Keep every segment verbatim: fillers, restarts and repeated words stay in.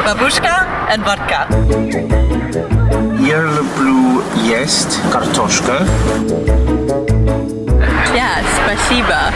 Бабушка and водка. Я люблю есть картошка. Да, спасибо.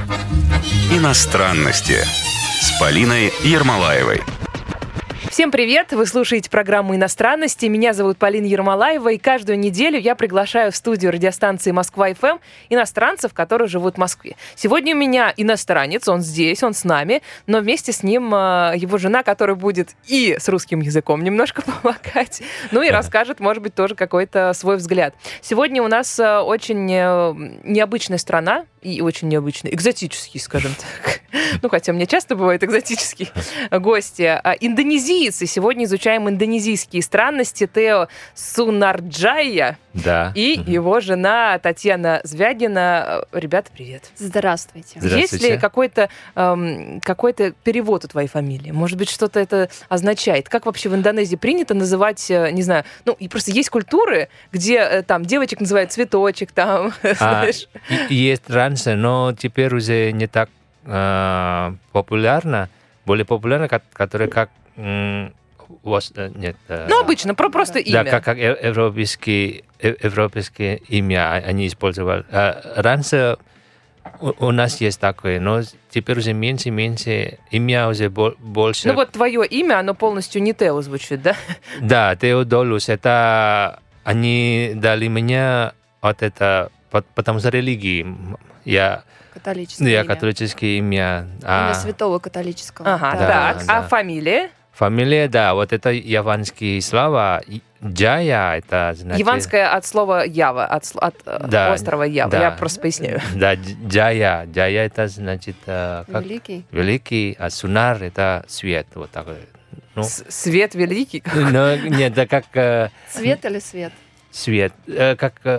Иностранности с Полиной Ермолаевой. Всем привет! Вы слушаете программу «Иностранности». Меня зовут Полина Ермолаева, и каждую неделю я приглашаю в студию радиостанции «Москва-эф эм» иностранцев, которые живут в Москве. Сегодня у меня иностранец, он здесь, он с нами, но вместе с ним его жена, которая будет и с русским языком немножко помогать, ну и расскажет, может быть, тоже какой-то свой взгляд. Сегодня у нас очень необычная страна, и очень необычный, экзотический, скажем так. Ну, хотя у меня часто бывают экзотические гости. Индонезийцы. Сегодня изучаем индонезийские странности. Тео Сунарджая да. и угу. его жена Татьяна Звягина. Ребята, привет. Здравствуйте. Есть ли какой-то, эм, какой-то перевод у твоей фамилии? Может быть, что-то это означает? Как вообще в Индонезии принято называть, не знаю, ну, и просто есть культуры, где там девочек называют цветочек, там, а, знаешь. Есть раньше, но теперь уже не так э, популярно, более популярно, который как м, вас, нет. Э, ну, обычно, про просто имя. Да, как, как европейские, европейские имя они использовали. А раньше у, у нас есть такое, но теперь уже меньше и меньше, имя уже больше. Ну вот твое имя, оно полностью не Тео звучит, да? Да, Теодолус, это они дали мне вот это, потому что религии. Я, католическое я имя. католическое имя. Имя А, святого католического. Ага, да, так. да. А фамилия? Фамилия, да, вот это яванские слова. Джая, это значит... Яванская от слова Ява, от, от да, острова Ява. да. Я просто поясняю. Да, Джая. Джая это значит... Как? Великий. Великий, а Сунар это свет. Вот такой. Ну, свет великий? ну, нет, да как... Цвет или свет? Свет. Как...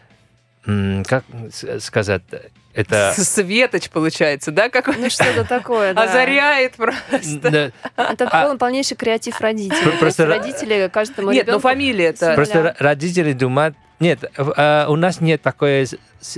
Как сказать, это... Светоч, получается, да? Какой? Ну, что-то такое, да. Озаряет просто. Да. Это а... полнейший креатив родителей. Просто родители каждому нет, ребенку... но фамилия-то... Просто родители думают... Нет, у нас нет такой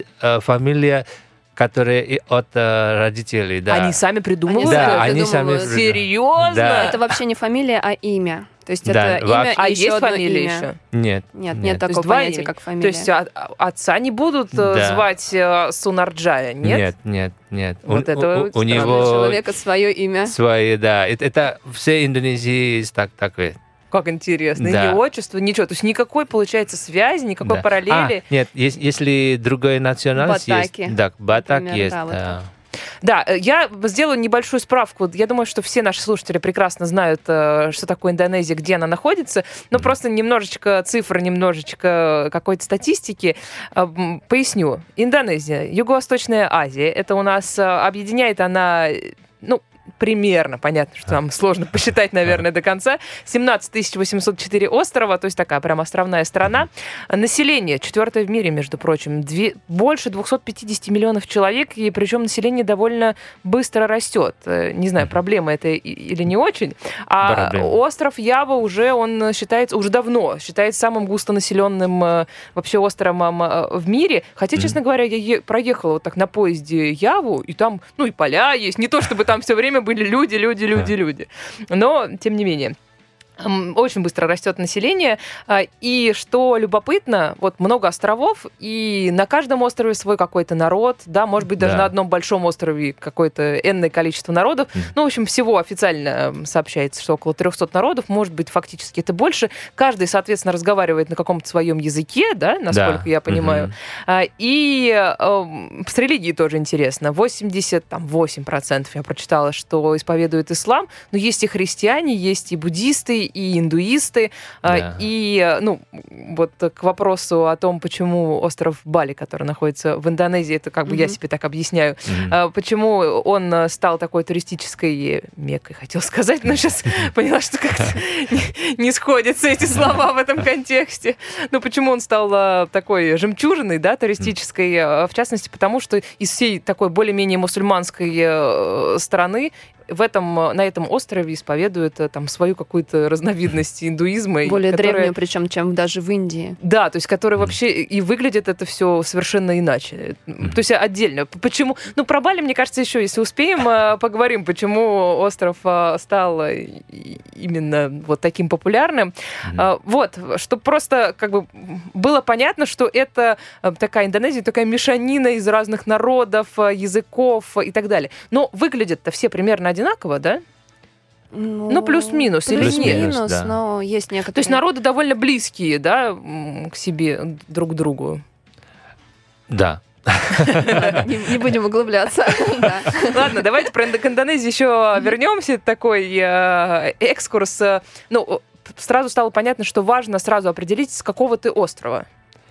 фамилии, которые от родителей, да. Они сами придумывают? Да, они сами придумывают. Серьезно? Да. Это вообще не фамилия, а имя. То есть да, это вообще. имя а и еще есть одно фамилия имя. еще? Нет. Нет, нет, нет. такого понятия, как фамилия. То есть от, отца не будут да. звать э, Сунарджая, нет? Нет, нет, нет. Вот у, это у, у него... У человека свое имя. Свои, да. Это, это все Индонезии есть так, такое. Как интересно. Да. И не отчество, ничего. То есть никакой, получается, связи, никакой да. параллели. А, нет, есть, если другая национальность Батаки. есть... Да, батак Например, есть. да, вот Да. Да, я сделаю небольшую справку. Я думаю, что все наши слушатели прекрасно знают, что такое Индонезия, где она находится. Но mm-hmm. просто немножечко цифр, немножечко какой-то статистики. Поясню. Индонезия, Юго-Восточная Азия. Это у нас объединяет она... Ну, примерно, понятно, что там сложно посчитать, наверное, до конца. семнадцать тысяч восемьсот четыре острова, то есть такая прям островная страна. Население четвертое в мире, между прочим, две, больше двести пятьдесят миллионов человек, и причем население довольно быстро растет. Не знаю, проблема это или не очень. А Проблема. Остров Ява уже, он считается, уже давно считается самым густонаселенным вообще островом в мире. Хотя, честно говоря, я проехала вот так на поезде Яву, и там, ну, и поля есть. Не то, чтобы там все время были люди, люди, люди, люди. Но, тем не менее. Очень быстро растет население. И что любопытно, вот много островов, и на каждом острове свой какой-то народ, да, может быть, даже да. на одном большом острове какое-то энное количество народов. Mm. Ну, в общем, всего официально сообщается, что около триста народов, может быть, фактически это больше. Каждый, соответственно, разговаривает на каком-то своем языке, да, насколько да. я понимаю. Mm-hmm. И э, с религией тоже интересно. восемьдесят восемь процентов я прочитала, что исповедуют ислам, но есть и христиане, есть и буддисты, и индуисты, yeah. и, ну, вот к вопросу о том, почему остров Бали, который находится в Индонезии, это как бы mm-hmm. я себе так объясняю, mm-hmm. почему он стал такой туристической меккой, хотел сказать, но сейчас поняла, что как-то не сходятся эти слова в этом контексте. Ну, почему он стал такой жемчужиной, да, туристической, в частности, потому что из всей такой более-менее мусульманской страны в этом, на этом острове исповедуют э, там свою какую-то разновидность индуизма. и Более которая- древнюю, причем, чем даже в Индии. Да, то есть, которая вообще и выглядит это все совершенно иначе. То есть отдельно. Почему? Ну, про Бали, мне кажется, еще, если успеем, э, поговорим, почему остров э, стал э, и- именно вот таким популярным. А, Вот, чтобы просто как бы было понятно, что это э, такая Индонезия, такая мешанина из разных народов, э, языков и так далее. Но выглядят-то все примерно одинаково, да? Ну, плюс-минус, или нет? Плюс-минус, Да. но есть некоторые... То есть народы довольно близкие, да, м, к себе, друг к другу. Да. Не, не будем углубляться. Да. Ладно, давайте про Индо- к Индонезии еще вернемся. Это такой э, экскурс. Э, Ну, сразу стало понятно, что важно сразу определить, с какого ты острова.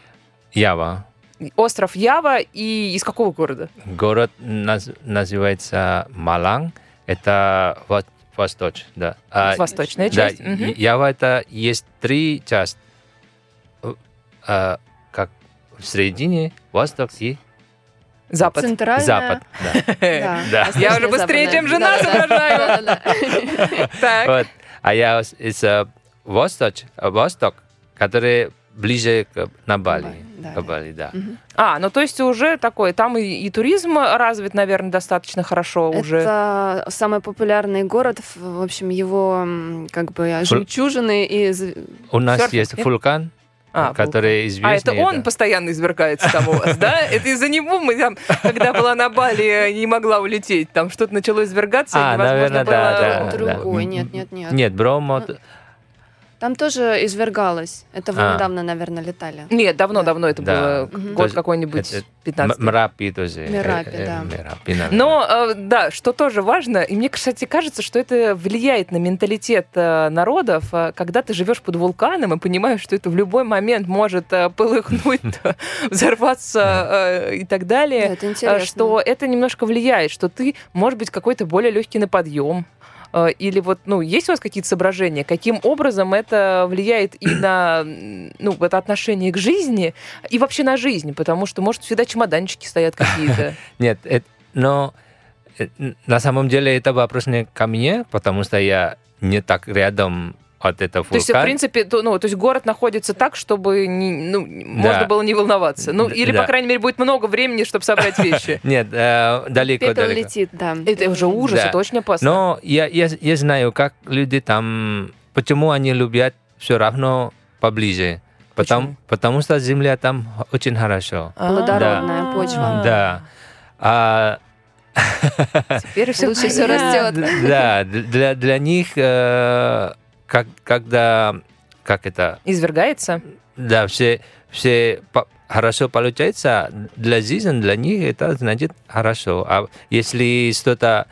Ява. Остров Ява и из какого города? Город наз- называется Маланг. Это во- восточь, да. А, Восточная да, часть. Мгм. Ява это есть три части. Э, а, как в середине, восток и Запад. Центральная. запад. Да. Да. Да. Восточная, Я уже быстрее, западная. чем жена, Да, да, соображаю. да, да, да. Так. Вот. А я из э, восток, э, восток, который ближе к на Бали. Бали, да, К да. Бали, да. А, ну то есть уже такой, там и, и туризм развит, наверное, достаточно хорошо уже. Это самый популярный город, в в общем, его м, как бы жемчужины из... У нас Серфинг, есть нет? вулкан, А, который А известный. это он постоянно извергается там у вас, да? Это из-за него мы там, когда была на Бали, не могла улететь. Там что-то начало извергаться, А, и невозможно наверное, было... да, да. Другой, нет, нет, нет. Нет, Бромо. Там тоже извергалось. Это вы А. недавно, наверное, летали. Нет, давно-давно это Да. было, Мгм. год Это- какой-нибудь это пятнадцатый. Мрапи тоже. Мерапи, Э, э, да. Мерапи, наверное. Но, э, да, что тоже важно, и мне, кстати, кажется, что это влияет на менталитет э, народов, э, когда ты живешь под вулканом и понимаешь, что это в любой момент может э, полыхнуть, взорваться э, и так Да, далее, это э, интересно. что это немножко влияет, что ты, может быть, какой-то более легкий на подъем. Э, Или вот, ну, есть у вас какие-то соображения, каким образом это влияет и на, м, ну, это отношение к жизни, и вообще на жизнь, потому что, может, всегда чемоданчики стоят какие-то. Нет, э, но э, на самом деле это вопрос не ко мне, потому что я не так рядом от этого То есть, в вулкана. принципе, то, ну, то есть город находится так, чтобы не, ну, можно было не волноваться. Ну, Д- или, да. по крайней мере, будет много времени, чтобы собрать вещи. Нет, э, далеко, Пепел далеко. летит, да. Это уже ужас, Да. это очень опасно. Но я, я, я знаю, как люди там, почему они любят все равно поближе. Потому, потому что земля там очень хорошо. Плодородная почва. Да. А, Теперь все Лучше все растет. да, для, для них, э, как, когда, как это, Извергается. да, все, все по- хорошо получается, для жизни, для них это значит хорошо. А если что-то,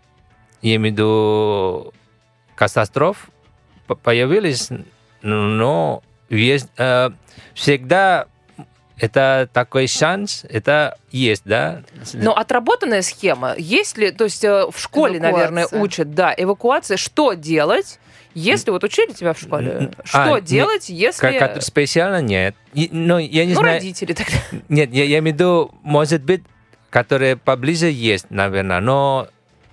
я имею в виду, катастроф по- появились, ну, но есть, э, всегда это такой шанс, это есть, да? Но отработанная схема, есть ли, то есть э, в школе, наверное, Эвакуация. учат, да, эвакуация, что делать, если, вот учили тебя в школе, А, что не- делать, если... Как, как специально нет. И- но я не Ну, знаю. родители тогда. Нет, я, я имею в виду, может быть, которые поближе есть, наверное, но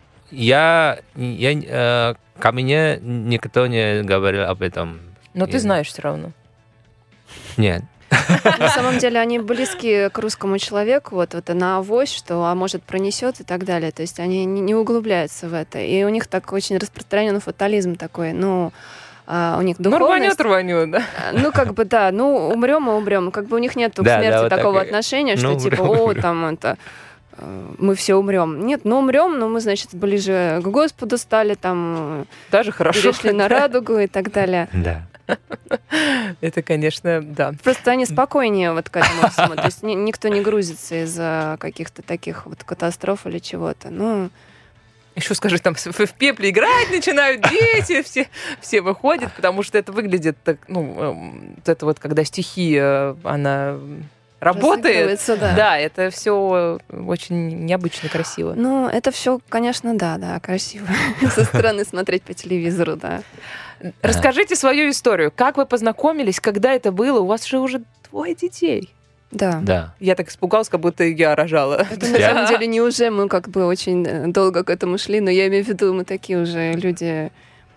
я, я э, ко мне никто не говорил об этом. Но ты Я- знаешь все равно. Нет. На самом деле они близки к русскому человеку, вот это на авось, что а может пронесет и так далее. То есть они не, не углубляются в это. И у них так очень распространен фатализм такой. Ну, а, у них Ну, духовность. рванет, рванет, да. а, Ну, как бы, да, ну, умрем и умрем. Как бы у них нет к Да, смерти да, вот такого так и- отношения, что ну, типа, умрем, о, умрем. там это э, мы все умрем. Нет, ну умрем, но мы, значит, ближе к Господу стали, там Даже хорошо. перешли на радугу и так далее. Да. Это, конечно, да. Просто они спокойнее вот к этому всему. То есть ни- никто не грузится из-за каких-то таких вот катастроф или чего-то. Ну, Еще скажи, там в в пепле играть начинают дети, все, все выходят, потому что это выглядит так, ну, эм, вот это вот, когда стихия, она работает. разыгрывается, да. Да, это все очень необычно красиво. Ну, это все, конечно, да, да, красиво. Со стороны смотреть по телевизору, да. Расскажите свою историю. Как вы познакомились, когда это было? У вас же уже двое детей. Да. Да. Я так испугалась, как будто я рожала. Это на самом деле не уже, мы как бы очень э, долго к этому шли, но я имею в виду, мы такие уже люди...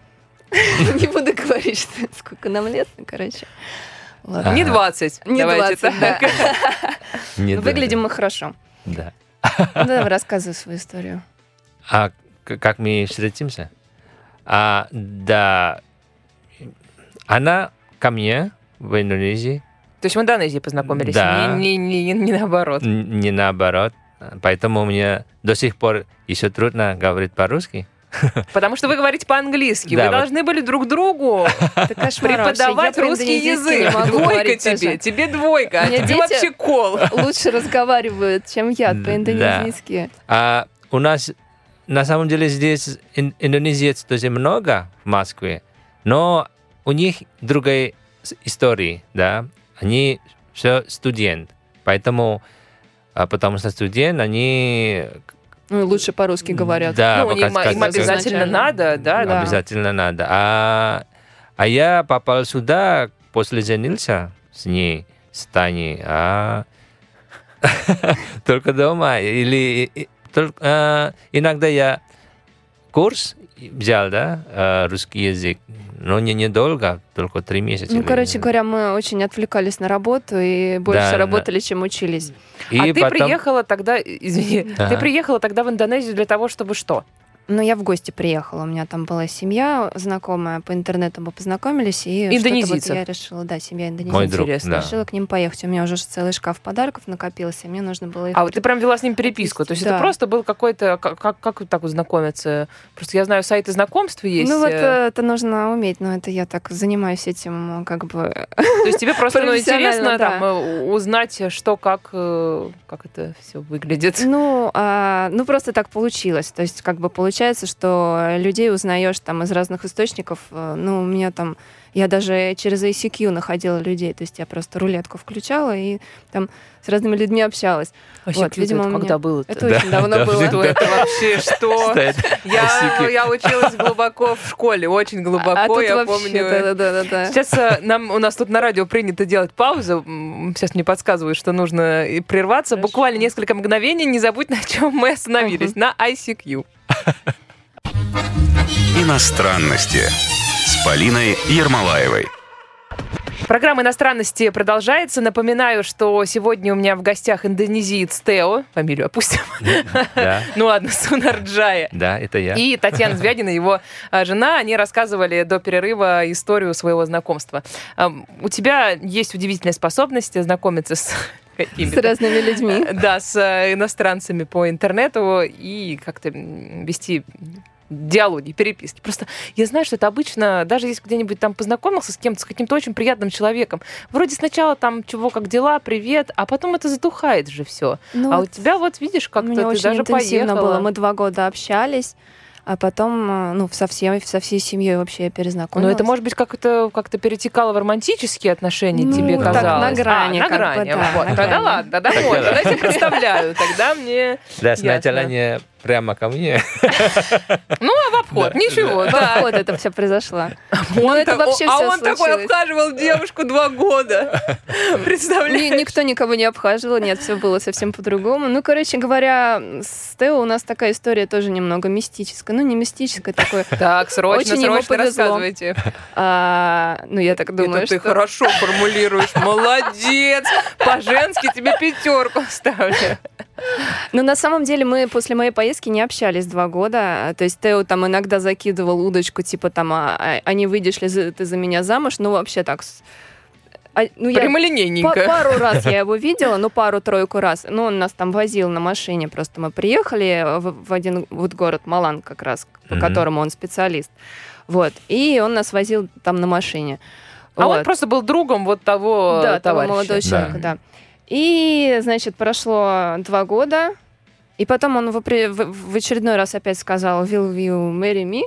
Не буду говорить, что сколько нам лет, ну, короче. Ладно. Не двадцать. Не давайте двадцать, да. так. Не Но да, выглядим да. мы хорошо. Да. Ну, давай, рассказывай свою историю. А к- как мы встретимся? А, да. Она ко мне в Индонезии, То есть в Индонезии познакомились, Да. не, не, не, не наоборот. н- не наоборот. Поэтому мне до сих пор еще трудно говорить по-русски. Потому что вы говорите по-английски. Да, Вы вот. должны были друг другу Это кошмар вообще. преподавать Я русский по-индонезийски язык. не могу Двойка говорить тебе, даже. тебе двойка, а У меня тебе дети- вообще кол. Лучше разговаривают, чем я Да. по-индонезийски. А у нас на самом деле здесь ин- индонезиец тоже много в Москве, но у них другая с- история, да. Они все студент, поэтому а, потому что студент, они Ну, лучше по-русски говорят. Да, Ну, им, пока- им как- обязательно изначально. надо, да, да. обязательно надо. А, а я попал сюда, после женился с ней, с Таней, а только дома. Или и- только, а, иногда я курс взял, да, а, русский язык, но не недолго, только три месяца. Ну, или- короче говоря, мы очень отвлекались на работу и больше Да, работали, чем учились. И а ты потом- приехала тогда, извини, Ага. ты приехала тогда в Индонезию для того, чтобы что? Ну, я в гости приехала, у меня там была семья знакомая, по интернету мы познакомились, и что-то Индонезийцев? вот я решила, да, семья индонезийцев. Мой друг, Интересно. да. Решила к ним поехать. У меня уже целый шкаф подарков накопился, и мне нужно было их... А вот ты прям вела с ним переписку, то есть это Да. просто был какой-то, как, как, как вот так вот знакомиться? Просто я знаю, сайты знакомств есть. Ну, вот э, э, это нужно уметь, но это я так занимаюсь этим, как бы... То есть тебе просто ну, профессионально, интересно да. там, э, узнать, что, как, э, как это все выглядит. Ну, а, ну, просто так получилось. То есть, как бы получается, что людей узнаешь там из разных источников. Э, Ну, у меня там... Я даже через ай си кью находила людей. То есть я просто рулетку включала и там с разными людьми общалась. Вообще, Вот, видимо, это у меня- когда было? Это Да, очень давно да, было. Что это вообще? Что? Стоит. Я, Косяки. я училась глубоко в школе, очень глубоко, А тут я вообще, помню. да-да-да. Сейчас э, нам, у нас тут на радио принято делать паузу. М, Сейчас мне подсказывают, что нужно и прерваться. Хорошо. Буквально несколько мгновений. Не забудь, на чем мы остановились. Мгм. На ай си кью. Иностранности с Полиной Ермолаевой. Программа «Иностранности» продолжается. Напоминаю, что сегодня у меня в гостях индонезиец Тео. Фамилию опустим. Да, Ну ладно, Сунарджая. да, это я. И Татьяна Звягина, его а, жена, они рассказывали до перерыва историю своего знакомства. А, У тебя есть удивительная способность знакомиться с С какими-то... разными людьми. Да, с э, иностранцами по интернету и как-то м, вести диалоги, переписки. Просто я знаю, что это обычно, даже если где-нибудь там познакомился с кем-то, с каким-то очень приятным человеком, вроде сначала там чего, как дела, привет, а потом это затухает же все. Ну, А вот у тебя вот видишь, у как-то меня ты очень даже интенсивно поехала. было. Мы два года общались, а потом, э, ну, со всей, со всей семьей вообще я Но перезнакомилась. это, может быть, как-то как-то перетекало в романтические отношения, Ну, тебе так, казалось? на грани, А, на как бы, грани. да, Вот. на Тогда грани. ладно, тогда вот, тогда я себе представляю. Тогда мне... Да, сначала Ясно. не прямо ко мне. Ну, а в обход, ничего, В да. обход это все произошло. Ну, Он это так- вообще а все он такой случилось. обхаживал девушку два года. Ни- Представляешь? Никто никого не обхаживал, нет, все было совсем по-другому. Ну, короче говоря, с Тео у нас такая история тоже немного мистическая. Ну, не мистическая, такой. Так, срочно, Очень ему срочно повезло. рассказывайте. а, ну, я так думаю, Это ты что... хорошо формулируешь. Молодец. По-женски тебе пятерку ставлю. Ну, на самом деле, мы после моей поездки не общались два года. То есть Тео там иногда закидывал удочку, типа там, а, а- а не выйдешь ли за- ты за меня замуж? Ну, вообще так... с- а, ну, я Прямолинейненько. Па- пару раз я его видела, ну, пару-тройку раз. Ну, он нас там возил на машине. Просто мы приехали в, в один вот город, Малан как раз, по Мгм. которому он специалист. Вот. И он нас возил там на машине. А Вот. он просто был другом вот того Да, того товарища. молодого Да. человека, да. И, значит, прошло два года, и потом он в, опре- в- в очередной раз опять сказал «Will you marry me?»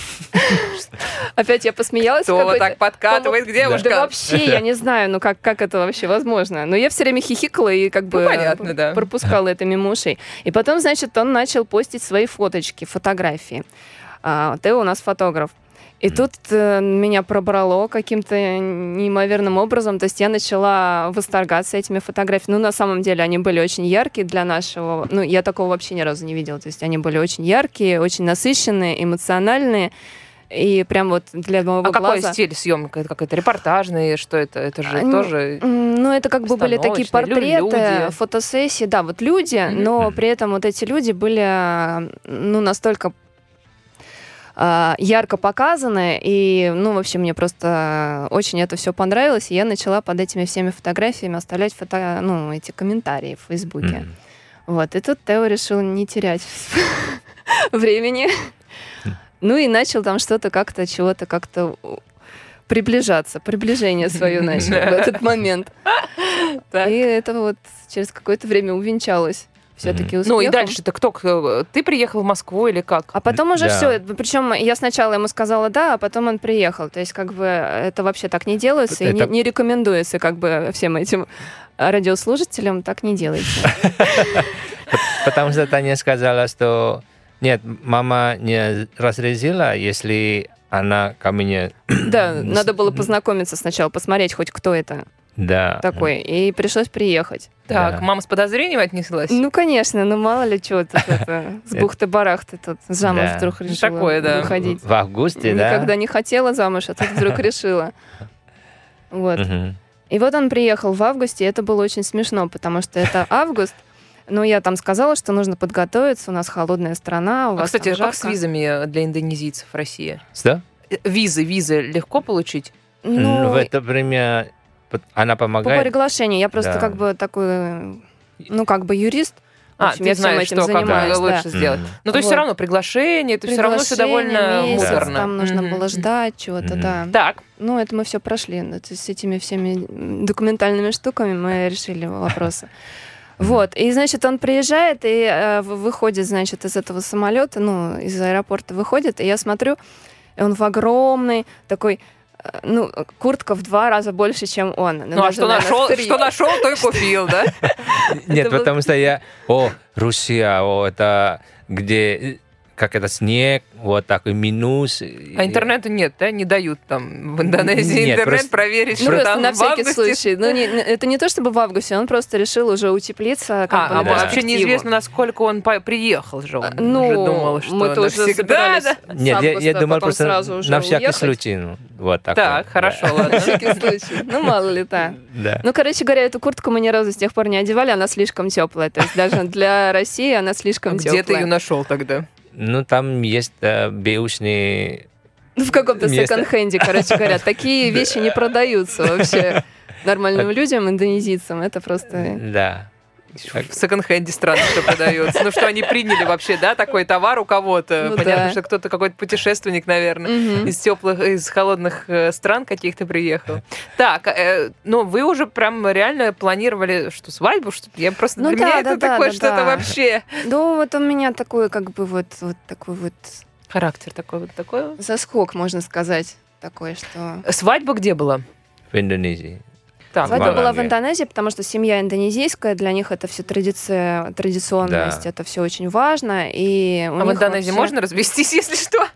Опять я посмеялась. Кто вот какой-то- так подкатывает к Да девушкам? вообще, я не знаю, ну как, как это вообще возможно. Но я все время хихикала и как бы Ну, понятно, п- да. пропускала это мимо ушей. И потом, значит, он начал постить свои фоточки, фотографии. А, Тео у нас фотограф. И тут э, меня пробрало каким-то неимоверным образом. То есть я начала восторгаться этими фотографиями. Ну, на самом деле, они были очень яркие для нашего... Ну, я такого вообще ни разу не видела. То есть они были очень яркие, очень насыщенные, эмоциональные. И прям вот для моего а глаза... какой стиль съемок? Это какой-то репортажный? Что это? Это же М, тоже... Ну, это как бы были такие постановочные, лю- портреты, люди. фотосессии. Да, вот люди, но при этом вот эти люди были, ну, настолько а, ярко показаны, и, ну, вообще мне просто очень это все понравилось, и я начала под этими всеми фотографиями оставлять фото, ну, эти комментарии в Фейсбуке. Мгм. Вот, и тут Тео решил не терять времени. Ну и начал там что-то как-то, чего-то как-то приближаться, приближение свое начал в этот момент. Так. И это вот через какое-то время увенчалось все-таки успехом. Ну и дальше-то кто, кто? Ты приехал в Москву или как? А потом уже Да. все. Причем я сначала ему сказала да, а потом он приехал. То есть как бы это вообще так не делается и Это- не, не рекомендуется как бы всем этим радиослушателям, так не делайте. Потому что Таня сказала, что нет, мама не разрешила, если она ко мне... Да, надо было познакомиться сначала, посмотреть хоть кто это Да. такой. И пришлось приехать. Так, Да. мама с подозрением отнеслась? Ну, конечно, ну мало ли что тут это, с бухты-барахты тут замуж Да. вдруг решила Такое, да. выходить. В августе, да? Никогда не хотела замуж, а тут вдруг решила. Вот. Мгм. И вот он приехал в августе, и это было очень смешно, потому что это август, но я там сказала, что нужно подготовиться, у нас холодная страна, у А, вас кстати, там как с жарко. визами для индонезийцев в России? Что? Э, Визы, визы легко получить? Ну, В это время п- она по помогает. приглашению. Я просто Да. как бы такой, ну, как бы юрист. В А, общем, ты я всем знаешь, этим что как занимаюсь, лучше да. сделать. Мгм. Ну, то есть Вот. все равно приглашение, это все равно все довольно Приглашение, месяц, муторно. Там нужно Мгм. было ждать чего-то, Мгм. да. Так, Ну, это мы все прошли. Ну, то есть с этими всеми документальными штуками мы решили вопросы. Вот. И, значит, он приезжает и э, вы- выходит, значит, из этого самолета, ну, из аэропорта выходит, и я смотрю, и он в огромной такой, э, ну, куртка в два раза больше, чем он. ну а что нашел, что нашел, то и купил, да? Нет, Это был- потому что я... О, Россия, о, это где... Как это, снег, вот такой минус. А интернета нет, да? Не дают там в Индонезии Нет, интернет просто- проверить, Ну, что просто там на в всякий августе. случай. Ну, не- это не то чтобы в августе, он просто решил уже утеплиться. Как бы, А, а на Да. вообще перспективу. неизвестно, насколько он по- приехал же. Он Ну, уже думал, что мы тоже навсегда, собирались да? с Нет, я, я августа, думал потом просто сразу уже на всякий уехать. случай. Ну, вот такой. Так, Да. хорошо, На ладно. всякий случай. Ну, мало ли, да. Да. Ну, короче говоря, эту куртку мы ни разу с тех пор не одевали, она слишком теплая. То есть даже для России она слишком Где ты ее теплая. нашел тогда? Ну, там есть э, бэушные... В каком-то Место. секонд-хенде, короче говоря. Такие вещи не продаются вообще нормальным людям, индонезийцам. Это просто... Да. В секонд-хенде странно, что продается. Ну, что они приняли вообще, да, такой товар у кого-то. Ну Понятно, да. что кто-то какой-то путешественник, наверное, Мгм. из теплых, из холодных э, стран каких-то приехал. Так, э, ну, вы уже прям реально планировали, что свадьбу, что я просто Ну для да, меня да, это да, такое да, что-то да. вообще. Ну, вот у меня такой, как бы, вот, вот такой вот Характер такой вот такой. заскок, можно сказать, такой, что... Свадьба где была? В Индонезии. Там. Свадьба Маланге. была в Индонезии, потому что семья индонезийская, для них это все традиция, традиционность, Да. это все очень важно. И у А в них Индонезии вообще- можно развестись, если что?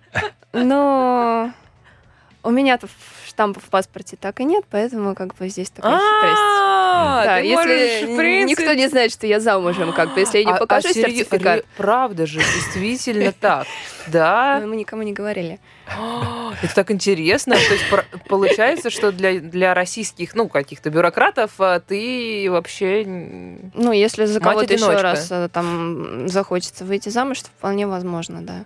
Ну, у меня-то штампа в паспорте так и нет, поэтому как бы здесь такая хитрость. А, Да, ты если можешь, в принципе- никто не знает, что я замужем, как бы, если я не А- а покажу серьё- сертификат, ре- Правда же, действительно так. Да. мы никому не говорили. А, Это так интересно. То есть про- получается, что для, для российских, ну, каких-то бюрократов а, ты вообще... н- Ну, если за кого-то еще Мать-одиночка. раз э, там захочется выйти замуж, то вполне возможно, да.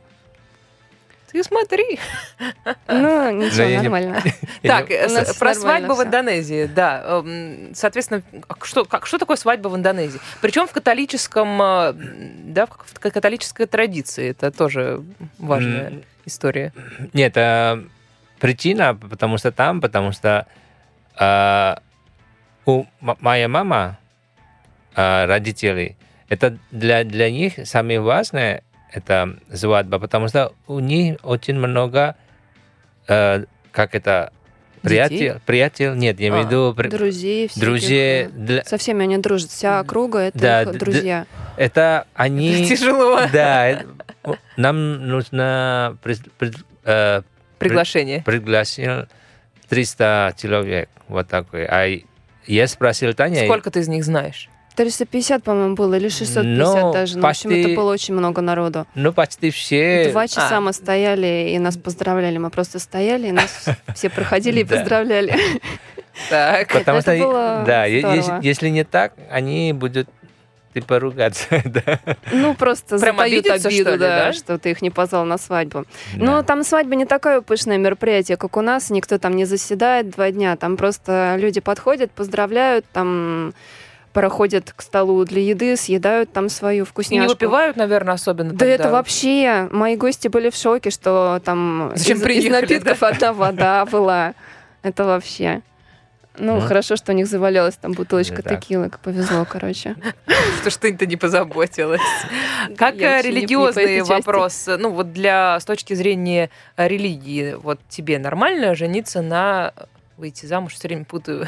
Ты смотри. Ну, ничего, я не- нормально. Так, э, У нас с- про нормально свадьбу в всё. Индонезии, да. Эм, Соответственно, а что, как, что такое свадьба в Индонезии? Причем в католическом, э, да, в в католической традиции. Это тоже важная М, история. Нет, э, причина, потому что там, потому что э, у м- моя мама, э, родители, это для, для них самое важное это свадьба, потому что у них очень много, э, как это, приятель, приятель, нет, я имею в А, виду, при- Друзей, всяких, друзей, э, для- Со всеми они дружат. Вся округа — это Да, их д- друзья. это они... Тяжело. Да, э, нам нужно пред- пред- э, приглашение? Пригласил триста человек, вот такой. А я спросил Таня... Сколько ты из них знаешь? триста пятьдесят, по-моему, было, или шестьсот пятьдесят ну, даже. Ну, почти... в общем, это было очень много народу. Ну, почти все... Два часа а. мы стояли, и нас поздравляли. Мы просто стояли, и нас все проходили и поздравляли. Так. Потому Это что, было да, е- здорово. если, если не так, они будут типа ругаться. Да. Ну, просто Прям затают обидеться, обиду, что ли, да, да? что ты их не позвал на свадьбу. Да. Но там свадьба не такое пышное мероприятие, как у нас. Никто там не заседает два дня. Там просто люди подходят, поздравляют, там проходят к столу для еды, съедают там свою И вкусняшку. не выпивают, наверное, особенно Да тогда. это вообще... Мои гости были в шоке, что там Зачем из, из приехали, напитков да? одна вода была. Это вообще... Ну, Ну. хорошо, что у них завалялась там бутылочка Да, так. текилы. Повезло, короче. Что ж ты-то не позаботилась. Как Я э, вообще не- не по религиозный этой части. вопрос, ну вот для, с точки зрения э, религии, вот тебе нормально жениться на, выйти замуж, все время путаю,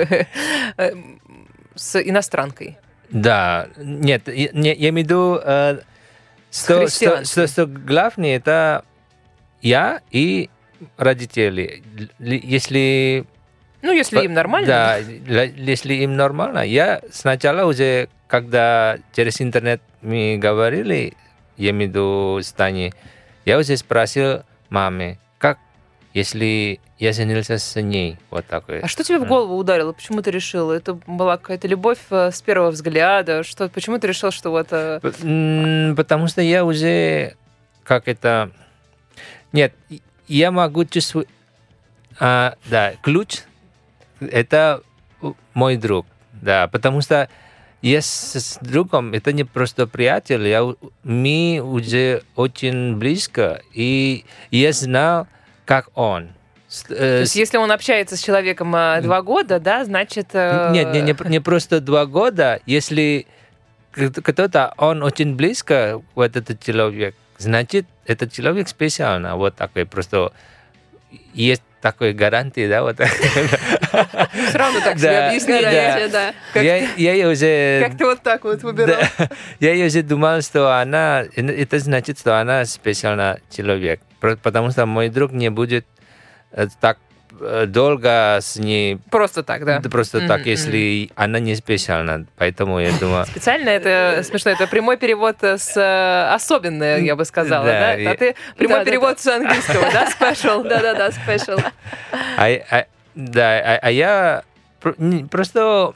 с иностранкой? Да, нет, я, не- я имею в виду, э, что, что, христианством. что, что главное, это я и родители. Л- Если... Ну, если им нормально. Да, л- если им нормально. Я сначала уже, когда через интернет мы говорили, я имею в виду с Таней, я уже спросил маме, как, если я женился с ней, вот такой. А что тебе в голову ударило? Почему ты решил? Это была какая-то любовь э, с первого взгляда? Что, почему ты решил, что вот... э, П- м, Потому что я уже, как это... Нет, я могу чувствовать... А, да, ключ — это мой друг, да, потому что я с, с другом, это не просто приятель, я, у- мы уже очень близко, и я знал, как он. С- э, То есть, если он общается с человеком э, два года, да, значит... э, Нет, не, не, не просто два года. Если кто-то, он очень близко, вот этот человек, значит, этот человек специально. Вот такой просто есть такой гарантии, да, вот. Все равно так себе Да, объяснили. да. да. Я, я уже... Как ты вот так вот выбирал? Да. Я уже думал, что она... Это значит, что она специально человек. Про- Потому что мой друг не будет э, так э, долго с ней... Просто так, да? Да, просто так, Мгм, если она не специально. Поэтому я думаю... Специально это смешно, это прямой перевод с э, особенное, я бы сказала, Да, да? и- А ты прямой Да, да, перевод с английского, да, special? Да-да-да, спешл. А, а- да, а, а я про- не- просто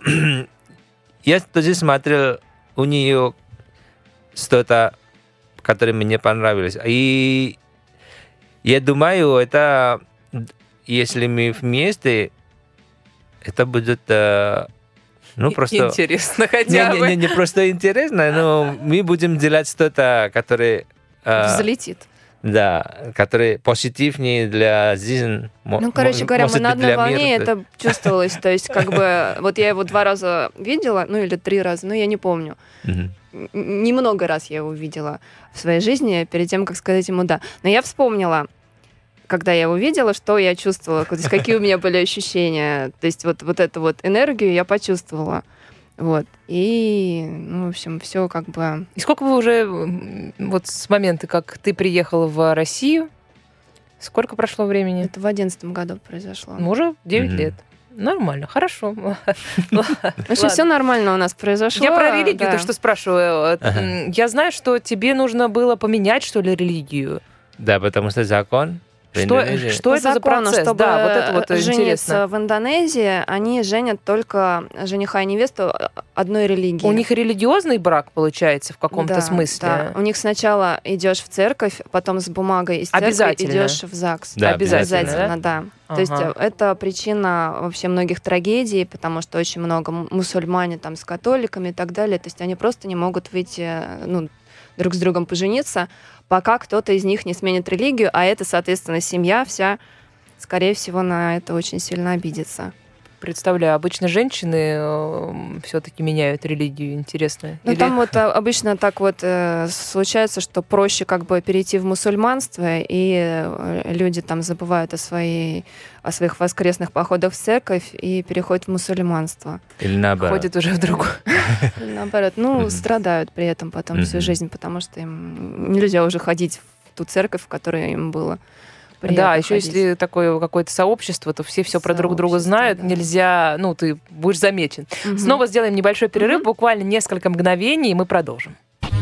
я тоже смотрел у нее что-то, которое мне понравилось. И я думаю, это если мы вместе, это будет э, ну просто Интересно не, хотя не, бы. не, не просто интересно, но мы будем делать что-то, которое э, Взлетит. да, который позитивнее для жизни. Ну, короче говоря, мы на одной волне, это чувствовалось. То есть, как бы, вот я его два раза видела, ну, или три раза, ну, я не помню. Н- Немного раз я его видела в своей жизни, перед тем, как сказать ему «да». Но я вспомнила, когда я его видела, что я чувствовала, то есть, какие у меня были ощущения. То есть, вот, вот эту вот энергию я почувствовала. Вот. И, ну, в общем, все как бы... И сколько вы уже, м, вот с момента, как ты приехала в Россию, сколько прошло времени? Это в одиннадцатом году произошло. Ну, уже девять Мгм. лет. Нормально, хорошо. В общем, все нормально у нас произошло. Я про религию, да. то что спрашиваю. Ага. М, Я знаю, что тебе нужно было поменять, что ли, религию. Да, потому что закон в Что, Индонезии. что По это за закону, процесс? чтобы Да, вот это вот жениться интересно. в Индонезии, они женят только жениха и невесту одной религии. У них религиозный брак получается в каком-то Да, смысле. да. У них сначала идешь в церковь, потом с бумагой из церкви Обязательно. идешь в ЗАГС. Да, обязательно, Обязательно, да. То есть Ага. э, это причина вообще многих трагедий, потому что очень много м- мусульмане там с католиками и так далее. То есть они просто не могут выйти, э, ну, друг с другом пожениться, пока кто-то из них не сменит религию, а это, соответственно, семья вся, скорее всего, на это очень сильно обидится. Представляю, обычно женщины все-таки меняют религию, интересно. Ну, Или- там вот а, обычно так вот э, случается, что проще как бы перейти в мусульманство, и э, люди там забывают о, своей, о своих воскресных походах в церковь и переходят в мусульманство. Или наоборот. ходят уже в другую. Или наоборот, ну, Мгм. страдают при этом потом всю Мгм. жизнь, потому что им нельзя уже ходить в ту церковь, в которой им было приятно Да, еще ходить. если такое какое-то сообщество, то все все про друг друга Сообщество, знают, да. нельзя, ну, ты будешь замечен. Мгм. Снова сделаем небольшой перерыв, Мгм. буквально несколько мгновений, и мы продолжим.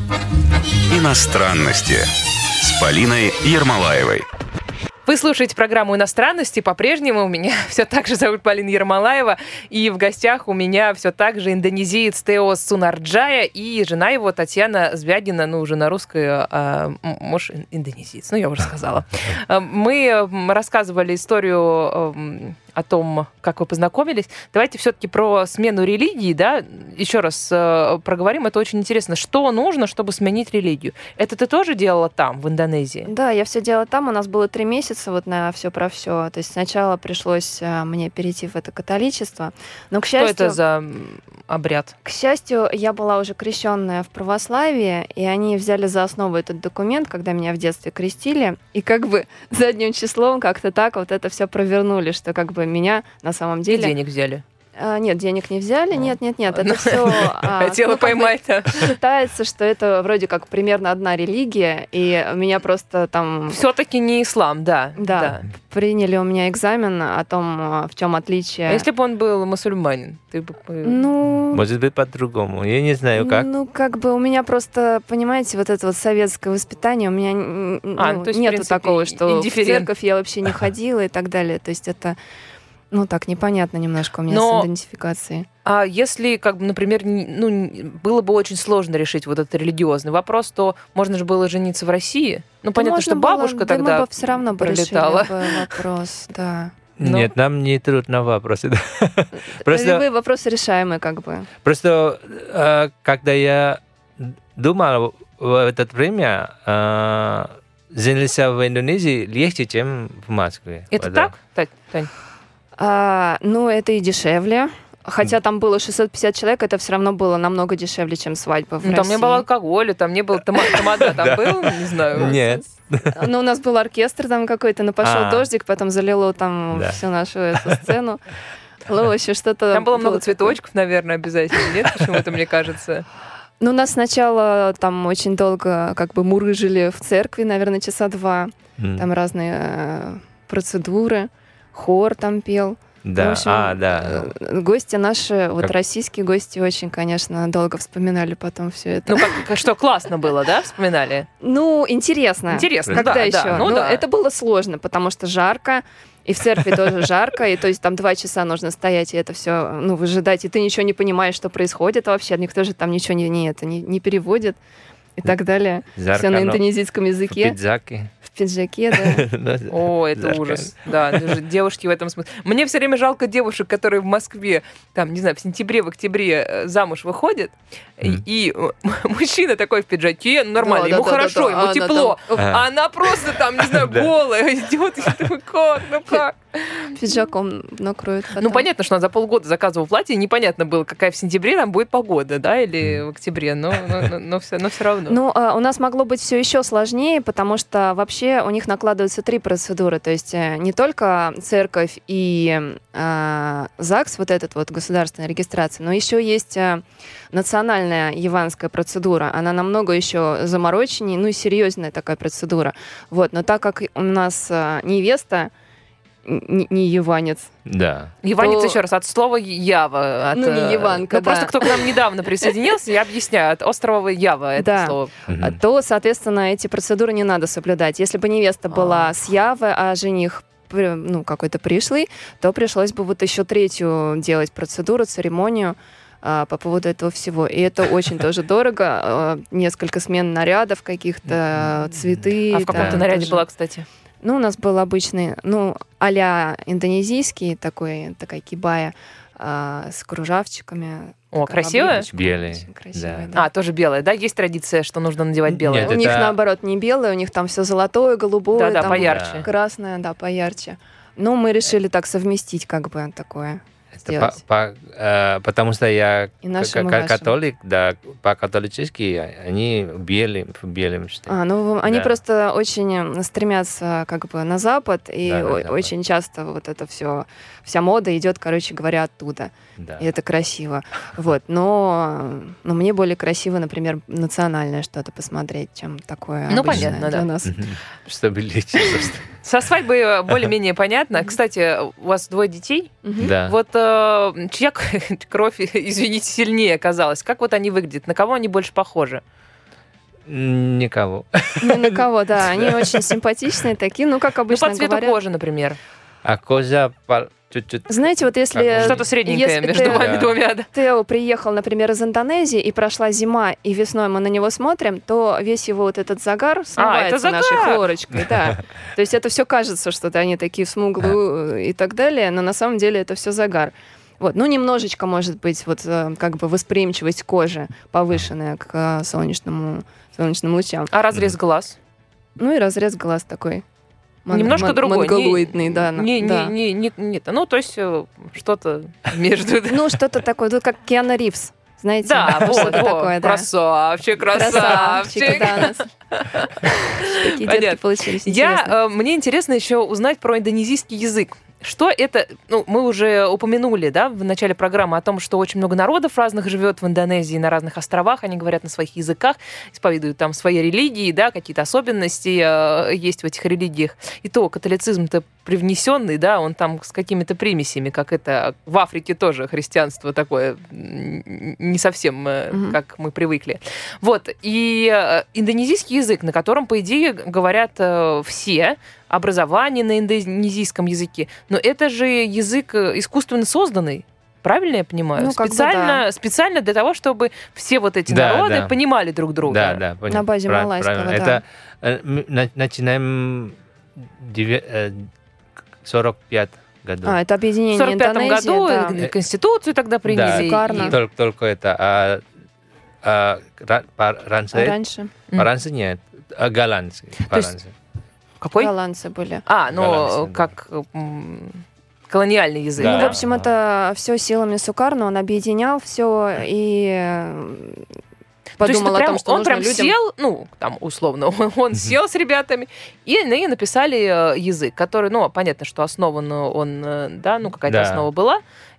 Иностранности с Полиной Ермолаевой. Вы слушаете программу «Иностранности». По-прежнему у меня все так же зовут Полина Ермолаева. И в гостях у меня все так же индонезиец Тео Сунарджая и жена его Татьяна Звягина, ну, уже на русской, а, м- муж ин- индонезиец. Ну, я уже сказала. А, Мы м, рассказывали историю м, о том, как вы познакомились. Давайте все-таки про смену религии, да, еще раз э, проговорим. Это очень интересно. Что нужно, чтобы сменить религию? Это ты тоже делала там, в Индонезии? Да, я все делала там. У нас было три месяца вот на все про все. То есть сначала пришлось а, мне перейти в это католичество. Но, к Что счастью, это за м, обряд? К счастью, я была уже крещенная в православии, и они взяли за основу этот документ, когда меня в детстве крестили, и как бы задним числом как-то так вот это все провернули, что как бы меня на самом И деле... денег взяли. А, нет, денег не взяли, нет, нет, нет, это все... Хотела поймать. Считается, что это вроде как примерно одна религия, и меня просто там... Все-таки не ислам, да. Да, приняли у меня экзамен о том, в чем отличие. А если бы он был мусульманин, ты бы... Ну, Может быть, по-другому. Я не знаю, как. Ну, как бы у меня просто, понимаете, вот это вот советское воспитание, у меня н- н- А, ну, ну, то есть, в нету принципе, такого, что в индифферент. церковь я вообще не ходила и так далее. То есть это, ну, так, непонятно немножко у меня Но- с идентификацией. А если, как бы, например, не- ну, не- было бы очень сложно решить вот этот религиозный вопрос, то можно же было жениться в России? Ну, понятно, Можно что бабушка было, тогда да, мы бы все равно бы решили пролетала. бы вопрос, да. Но- Нет, нам не трудно вопросы. да. Просто, Любые вопросы решаемые, как бы. просто э, когда я думал в это время, э, женился в Индонезии легче, чем в Москве. Это Да. так, Тань? Тань? А, ну, это и дешевле. Хотя там было шестьсот пятьдесят человек, это все равно было намного дешевле, чем свадьба в Ну, там не России. было алкоголя, там не было тома- тамада, там был, не знаю. Нет. Ну, у нас был оркестр там какой-то, но пошел А. дождик, потом залило там Да. всю нашу эту сцену. Ну, вообще что-то... Там было много такое. цветочков, наверное, обязательно. Нет, почему-то, мне кажется. Ну, нас сначала там очень долго как бы мурыжили в церкви, наверное, часа два. М. Там разные э, процедуры, хор там пел. Да, В общем, а, да. э, Гости наши, вот Как- российские гости, очень, конечно, долго вспоминали потом все это. Ну, как, что, классно было, да, вспоминали? Ну, интересно. Интересно, Когда да, еще? да, ну Ну, да. это было сложно, потому что жарко, и в церкви тоже жарко, и то есть там два часа нужно стоять, и это все, ну, выжидать, и ты ничего не понимаешь, что происходит вообще, никто же там ничего не, не, это, не, не переводит и так далее. Жарко, Все на но индонезийском в языке, пиджаке. в пиджаке, да. Ну, О, это жарко. ужас. Да, даже девушки в этом смысле. Мне все время жалко девушек, которые в Москве, там, не знаю, в сентябре, в октябре э, замуж выходят, и- Мгм. и э, мужчина такой в пиджаке, ну, нормально, Да, ему да, да, хорошо, да, да. ему А она тепло. там, А она просто там, не знаю, Да. голая идет. Я думаю, как, ну как? Пиджаком накроют потом. Ну, понятно, что она за полгода заказывала платье, и непонятно было, какая в сентябре там будет погода, да, или в октябре, но, но, но, все, но все равно. Ну, а, у нас могло быть все еще сложнее, потому что вообще у них накладываются три процедуры. То есть э, не только церковь и э, ЗАГС, вот этот вот государственная регистрация, но еще есть э, национальная яванская процедура. Она намного еще замороченнее, ну и серьезная такая процедура. Вот. Но так как у нас э, невеста н- не яванец, Да. Яванец, то- еще раз, от слова Ява. От, Ну, не э, Яванка, ну, просто да. кто к нам недавно присоединился, я объясняю, от острова Ява это Да. слово. а то, соответственно, эти процедуры не надо соблюдать. Если бы невеста была с Явы, а жених при- ну, какой-то пришлый, то пришлось бы вот еще третью делать процедуру, церемонию а, по поводу этого всего. И это очень тоже дорого. а, Несколько смен нарядов каких-то, цветы. А в каком да, ты наряде тоже. была, кстати? Ну, у нас был обычный, ну, а-ля индонезийский, такой, такая кибая, а, с кружавчиками. О, Такая красивая? обложечка. Белый, Очень красивая, да. да. А, тоже белая, да? Есть традиция, что нужно надевать белое? Нет, У них, это- наоборот, не белое, у них там все золотое, голубое, Да-да, там поярче. красное, да, поярче. Ну, мы решили так совместить, как бы, такое. Это сделать. по- по- э, потому что я И нашим, к- и к- вашим. католик, да, по-католически они белым, в белом что А, ну, они Да. просто очень стремятся, как бы, на Запад, и Да, на о- Запад. очень часто вот это все, вся мода идет, короче говоря, оттуда. Да. И это красиво. Вот, но, но мне более красиво, например, национальное что-то посмотреть, чем такое Ну, обычное понятно, для да. нас. Мгм. Чтобы лечить просто. Со свадьбой более-менее понятно. Кстати, у вас двое детей. Да. Вот э, чья кровь, извините, сильнее оказалась? Как вот они выглядят? На кого они больше похожи? Никого. Ни на кого, да. Они очень симпатичные такие, ну, как Ну, обычно по цвету говорят. кожи, например. А кожа по- чуть-чуть... Знаете, вот если... Что-то средненькое если между ты- вами Да. двумя, да? Тео приехал, например, из Индонезии, и прошла зима, и весной мы на него смотрим, то весь его вот этот загар смывается загар! нашей хлорочкой. Да. То есть это все кажется, что они такие смуглые и так далее, но на самом деле это все загар. Вот. Ну, немножечко, может быть, вот э, как бы восприимчивость кожи повышенная к э, солнечному, солнечным лучам. А разрез глаз? Ну и разрез глаз такой. Мон- Немножко мон- другой. монголоидный, Не- да. Не, не, да. не, не, не, ну, то есть э, что-то между... Ну, что-то такое, ну, как Киану Ривз, знаете? Да, вот, что-то вот, такое, да. красавчик, Красавчики, красавчик. да, у нас такие детки Понятно. получились интересные. Я, э, мне интересно еще узнать про индонезийский язык. Что это, ну, мы уже упомянули, да, в начале программы о том, что очень много народов разных живет в Индонезии, на разных островах, они говорят на своих языках, исповедуют там свои религии, да, какие-то особенности э, есть в этих религиях. И то католицизм-то привнесенный, да, он там с какими-то примесями, как это в Африке тоже христианство такое м, не совсем, э, Мгм. как мы привыкли. Вот, и э, индонезийский язык, на котором, по идее, говорят э, все, образование на индонезийском языке, но это же язык э, искусственно созданный. Правильно я понимаю? Ну, как бы специально, специально для того, чтобы все вот эти Да, народы да. понимали друг друга. Да, да, понял. На базе Прав- малайского, правильно. да. Это э, мы на- начинаем девя- э, сорок пятом году. А, это В объединение сорок пятом Индонезии, году да. э, Конституцию тогда приняли. Шикарно. и- Только, только это. А, а, ра- по- раньше, А раньше М. по-раньше нет. А, голландцы. по-раньше. Какой? голландцы были. А, ну, Голландцы, да. как м, колониальный язык. Да. Ну, да? в общем, это все силами Сукарно, он объединял все и э, То есть подумал это о прям- том, что он нужно прям людям... сел, ну, там, условно, он, он сел с ребятами, и, ну, и написали э, язык, который, ну, понятно, что основан он, э, да, ну, какая-то Да. основа была,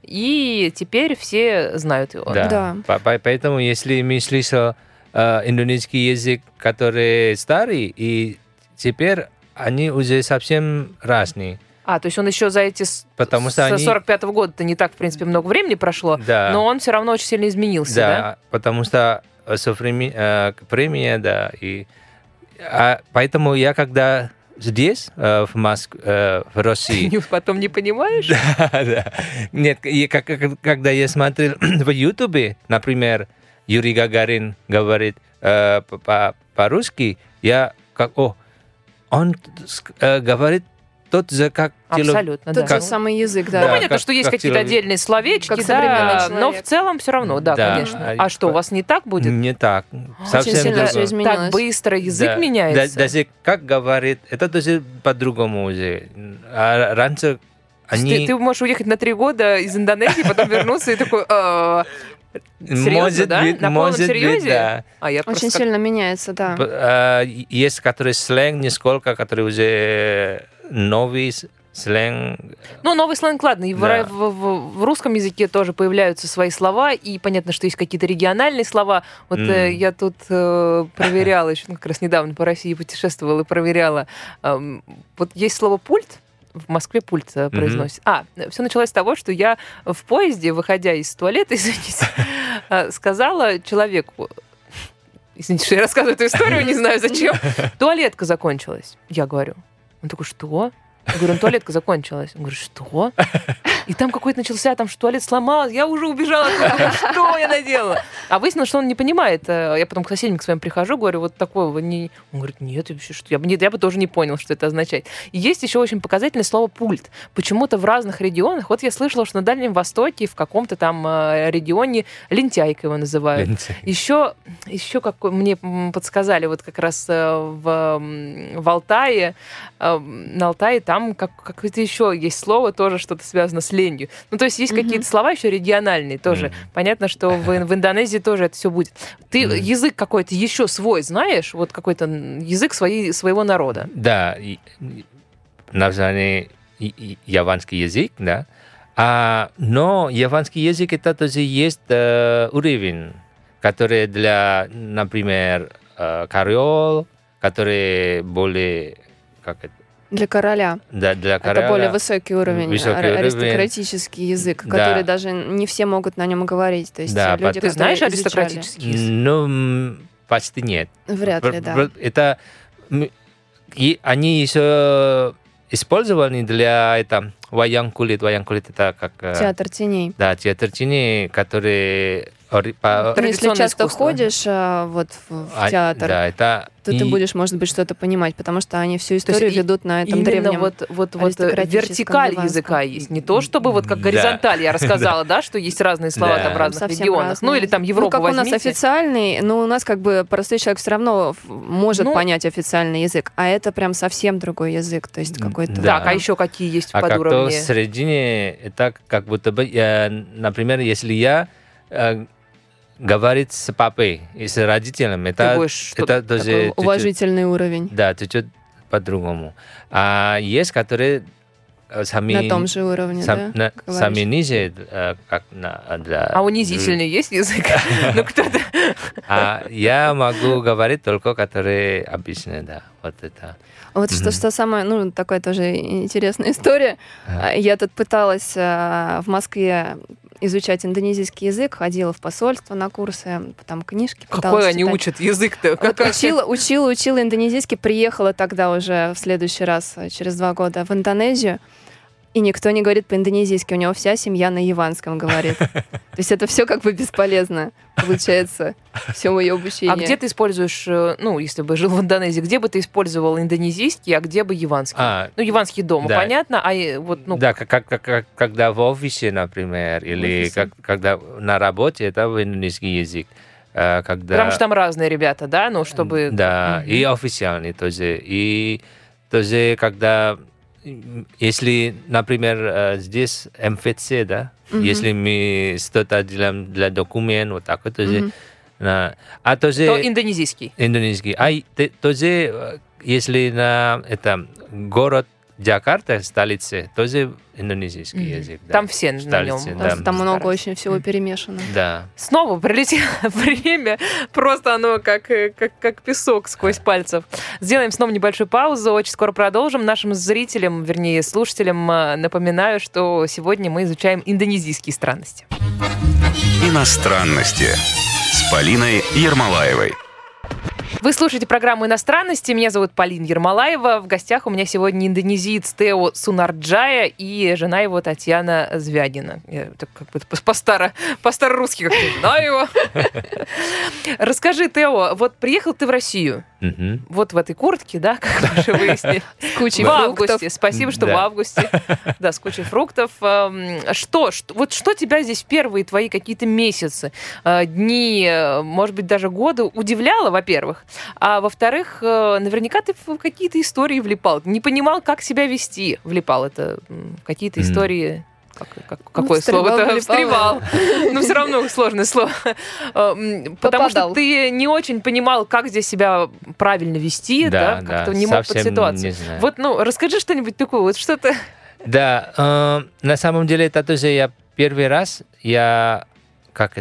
и теперь все знают его. Да. Да. По- по- Поэтому, если мы слышим э, индонезийский язык, который старый, и теперь они уже совсем разные. А, то есть он еще за эти с Потому что с они- сорок пятого года-то не так, в принципе, много времени прошло, Да. но он все равно очень сильно изменился, да? Да, потому что современ- э, премия, да, и а, поэтому я когда здесь, э, в Москве, э, в России, Ты потом не понимаешь? да, да. Нет, и как- как- когда я смотрел в Ютубе, например, Юрий Гагарин говорит э, по- по- по-русски, я как, о, он э, говорит тот же, как тело- Абсолютно, Тот да. же самый язык, да. Ну, Да, понятно, как- что есть как какие-то человек. отдельные словечки, Как да, современный но в человек. целом все равно, да, Да. конечно. А- А что, у вас не так будет? Не так. Очень сильно другое. все изменилось. Так быстро язык Да. меняется? Да- даже как говорит, это тоже по-другому уже. А раньше они... Ты, ты можешь уехать на три года из Индонезии, потом вернуться и такой... «А, серьезно, может да? быть, На полном может быть, серьезе? да. А я Очень просто как- сильно меняется, да. П- а, Есть, которые сленг, несколько, которые уже новый с- сленг. Ну, новый сленг, ладно, и в, Да. в- в- в русском языке тоже появляются свои слова, и понятно, что есть какие-то региональные слова. Вот э, М. я тут э, проверяла, еще ну, как раз недавно по России путешествовала и проверяла. Эм, вот есть слово «пульт», в Москве пульт э, произносит. А, все началось с того, что я в поезде, выходя из туалета, извините, э, сказала человеку, извините, что я рассказываю эту историю, не знаю зачем, туалетка закончилась. Я говорю. Он такой, что? Я говорю, ну, туалетка закончилась. Он говорит, что? И там какой-то начался, там, что туалет сломался. Я уже убежала. Думаю, что я наделала? А выяснилось, что он не понимает. Я потом к соседям к своим прихожу, говорю, вот такого не... Он говорит, нет, вообще, что? Я бы, нет, я бы тоже не понял, что это означает. И есть еще очень показательное слово «пульт». Почему-то в разных регионах, вот я слышала, что на Дальнем Востоке, в каком-то там э, регионе лентяйка его называют. Еще, еще как мне м, подсказали, вот как раз э, в, м, в Алтае, э, на Алтае там как, какое-то еще есть слово, тоже что-то связано с ленью. Ну, то есть есть Мгм. какие-то слова еще региональные тоже. Мгм. Понятно, что в, в Индонезии тоже это все будет. Ты Мгм. язык какой-то еще свой знаешь? Вот какой-то язык своей, своего народа. Да, и- и- название и- и- яванский язык, да. А, но яванский язык это тоже есть э, уровень, который для, например, э, кариол, который более как это, Для короля. Да, для короля. Это более высокий уровень, Высокий ар- уровень. аристократический язык, Да. который даже не все могут на нем говорить. То есть Да, люди, ты Ты знаешь которые изучали- аристократический язык? Ну, м, почти нет. Вряд ли, Пр- да. пр- Это м, и они еще использованы для это ваян кулит. Ваян кулит это как э, Театр теней. да, театр теней, который ори- по- Ну, если Традиционное часто искусство. ходишь а, вот в, в а, театр, да, это то и- ты будешь, может быть, что-то понимать, потому что они всю есть историю и- ведут на этом Именно древнем. вот, вот, вот э, аристократическом вертикаль ливанском. языка есть. Не то, чтобы вот как Да. горизонталь я рассказала, да, что есть разные слова Да. там в разных Совсем регионах. разные. Ну или там Европу Ну, как у нас возьмите. официальный, но у нас как бы простой человек все равно ф- может Ну, понять официальный язык, а это прям совсем другой язык, то есть какой-то... Да. Так, а еще какие есть А как то в подуровни? середине, это как будто бы, я, например, если я э, говорить с папой и с родителями, Ты это, будешь что-то это тоже Такой чуть-чуть- уважительный уровень. да, чуть-чуть по-другому. А есть, которые э, сами, На том же уровне, сам- да? на- говоришь? сами ниже, э, как на, для... А унизительный есть язык? Ну кто-то... А я могу говорить только, которые обычные, да, вот это. Вот что, что самое, ну, такая тоже интересная история. Ага. Я тут пыталась а, в Москве изучать индонезийский язык, ходила в посольство на курсы, там книжки пыталась Какой они читать. учат язык-то? Вот Как- учила, учила, учила индонезийский, приехала тогда уже в следующий раз, а, через два года, в Индонезию, и никто не говорит по-индонезийски, у него вся семья на яванском говорит. То есть это все как бы бесполезно, получается, все мое обучение. А где ты используешь, э, ну, если бы жил в Индонезии, где бы ты использовал индонезийский, а где бы яванский? А, Ну, яванский дома, да. понятно, а э, вот, ну, да, как, как, как- как- когда в офисе, например, или офисе. как, когда на работе, это в индонезийский язык. А, когда... потому что там разные ребята, да, ну, чтобы... Да, Мгм. и официальный тоже. И тоже, когда, м, если, например, э, здесь эм эф си, да, Мгм. если мы что-то делаем для документов, вот так вот тоже. Мгм. на- а тоже То индонезийский. индонезийский. А и те- тоже, э, если на это город Джакарта, столица, тоже индонезийский Мгм. язык. да. Там все на Столица, нем. Потому да. что там много Стараются. очень всего перемешано. Да. Снова пролетело время, просто оно как, э, как, как песок сквозь пальцев. Сделаем снова небольшую паузу, очень скоро продолжим. Нашим зрителям, вернее, слушателям э, напоминаю, что сегодня мы изучаем индонезийские странности. Иностранности с Полиной Ермолаевой. Вы слушаете программу «Иностранности». Меня зовут Полина Ермолаева. В гостях у меня сегодня индонезиец Тео Сунарджая и жена его Татьяна Звягина. Я так как бы по-старо, по-старорусски как-то знаю его. Расскажи, Тео, вот приехал ты в Россию, Мгм. вот в этой куртке, да, как мы уже выяснили. С кучей В фруктов. августе. Спасибо, что Да. в августе. Да, с кучей фруктов. Эм, Что, что- вот что тебя здесь в первые твои какие-то месяцы, э, дни, э, может быть, даже годы удивляло, во-первых, а во-вторых, э, наверняка ты в какие-то истории влипал, не понимал, как себя вести, влипал это м, в какие-то М. истории. Как- как- какое встревал, слово-то? влипал. Встревал. Но все равно сложное слово. Эм, Потому что Попадал. ты не очень понимал, как здесь себя правильно вести, Да, да, да, как-то не мог под совсем ситуацию. не знаю. Вот, ну, расскажи что-нибудь такое, вот что-то... Да, э, на самом деле это тоже я первый раз, я как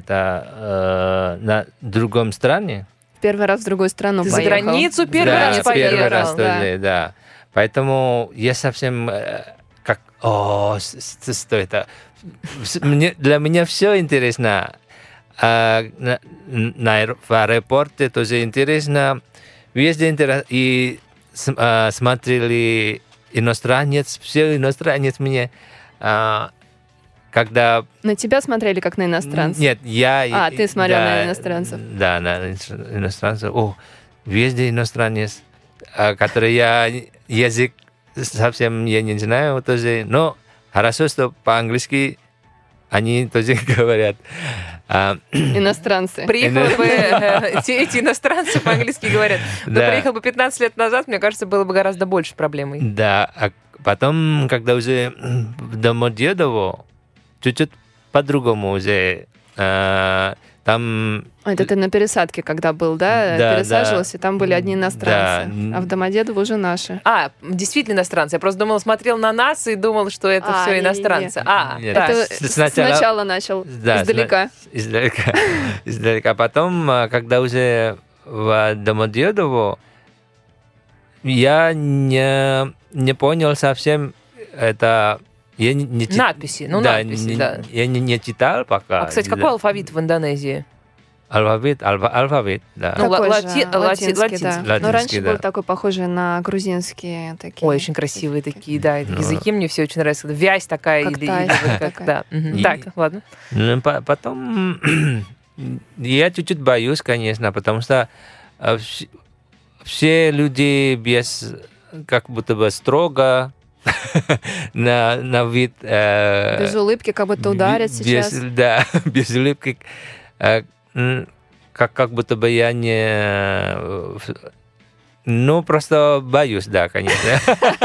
это, э, на другом стране. Первый раз в другую страну Ты за поехал. границу первый да, раз первый поехал, раз да. тоже, да. Поэтому я совсем э, как, о, с- с- что это? С- Мне, для меня все интересно. А, на, на аэро- в аэропорте тоже интересно. Везде интересно. И с- а, смотрели иностранец, все иностранец мне. А, когда... На тебя смотрели как на иностранца? Нет, я... А, ты смотрел да, на иностранцев. Да, на иностр- иностранцев. О, везде иностранец, а, который я язык совсем я не знаю тоже. Но хорошо, что по-английски они тоже говорят. А, Иностранцы. Приехал бы, э, те- эти иностранцы по-английски говорят. Но Да. приехал бы пятнадцать лет назад, мне кажется, было бы гораздо больше проблемой. да, а потом, когда уже в Домодедово, чуть-чуть по-другому уже. а, там А, это ты на пересадке, когда был, да? Да, Пересаживался, и там были одни иностранцы. Да. А в Домодедово уже наши. А, действительно иностранцы. Я просто думала, смотрел на нас и думал, что это А, все не-не-не. иностранцы. А, Нет. так. Это с- с- сначала- сначала начал, Да, издалека. издалека. издалека. Потом, а, когда уже в Домодедово, я не, не понял совсем это... Я не, не чит- Надписи, ну да, надписи, не- да. Я не, не читал пока. А, кстати, какой Да. алфавит в Индонезии? Алфавит, алфа- алфавит, да. Ну, Такой ла- же, лати- лати- латинский, латинский. да. Но Латинский, раньше да. был такой похожий на грузинские такие. Ой, очень красивые такие, да, Ну. языки мне все очень нравятся. Вязь такая Как или, тайс или вот как, такая. да. Мгм. И- Так, ладно. Ну, по- потом я чуть-чуть боюсь, конечно, потому что э, вс- все люди без как будто бы строго на, на вид. э, Без улыбки, как будто ударят без- сейчас. Да, без улыбки. э, м, Как, как будто бы я не... э, Ну, просто боюсь, да, конечно.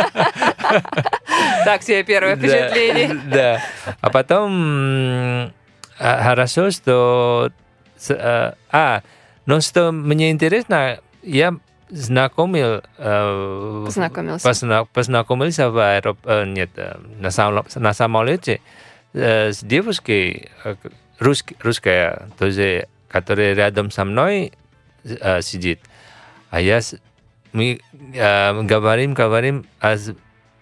Так, себе первое Да, впечатление. Да. А потом м, а, хорошо, что... с- э, А, но что мне интересно, я знакомил... э, Познакомился. позна- Познакомился в аэроп... э, Нет, э, на самом- на самолете э, с девушкой, э, руск- русская, тоже, которая рядом со мной э, сидит. А я... с- Мы э, говорим, говорим, а с-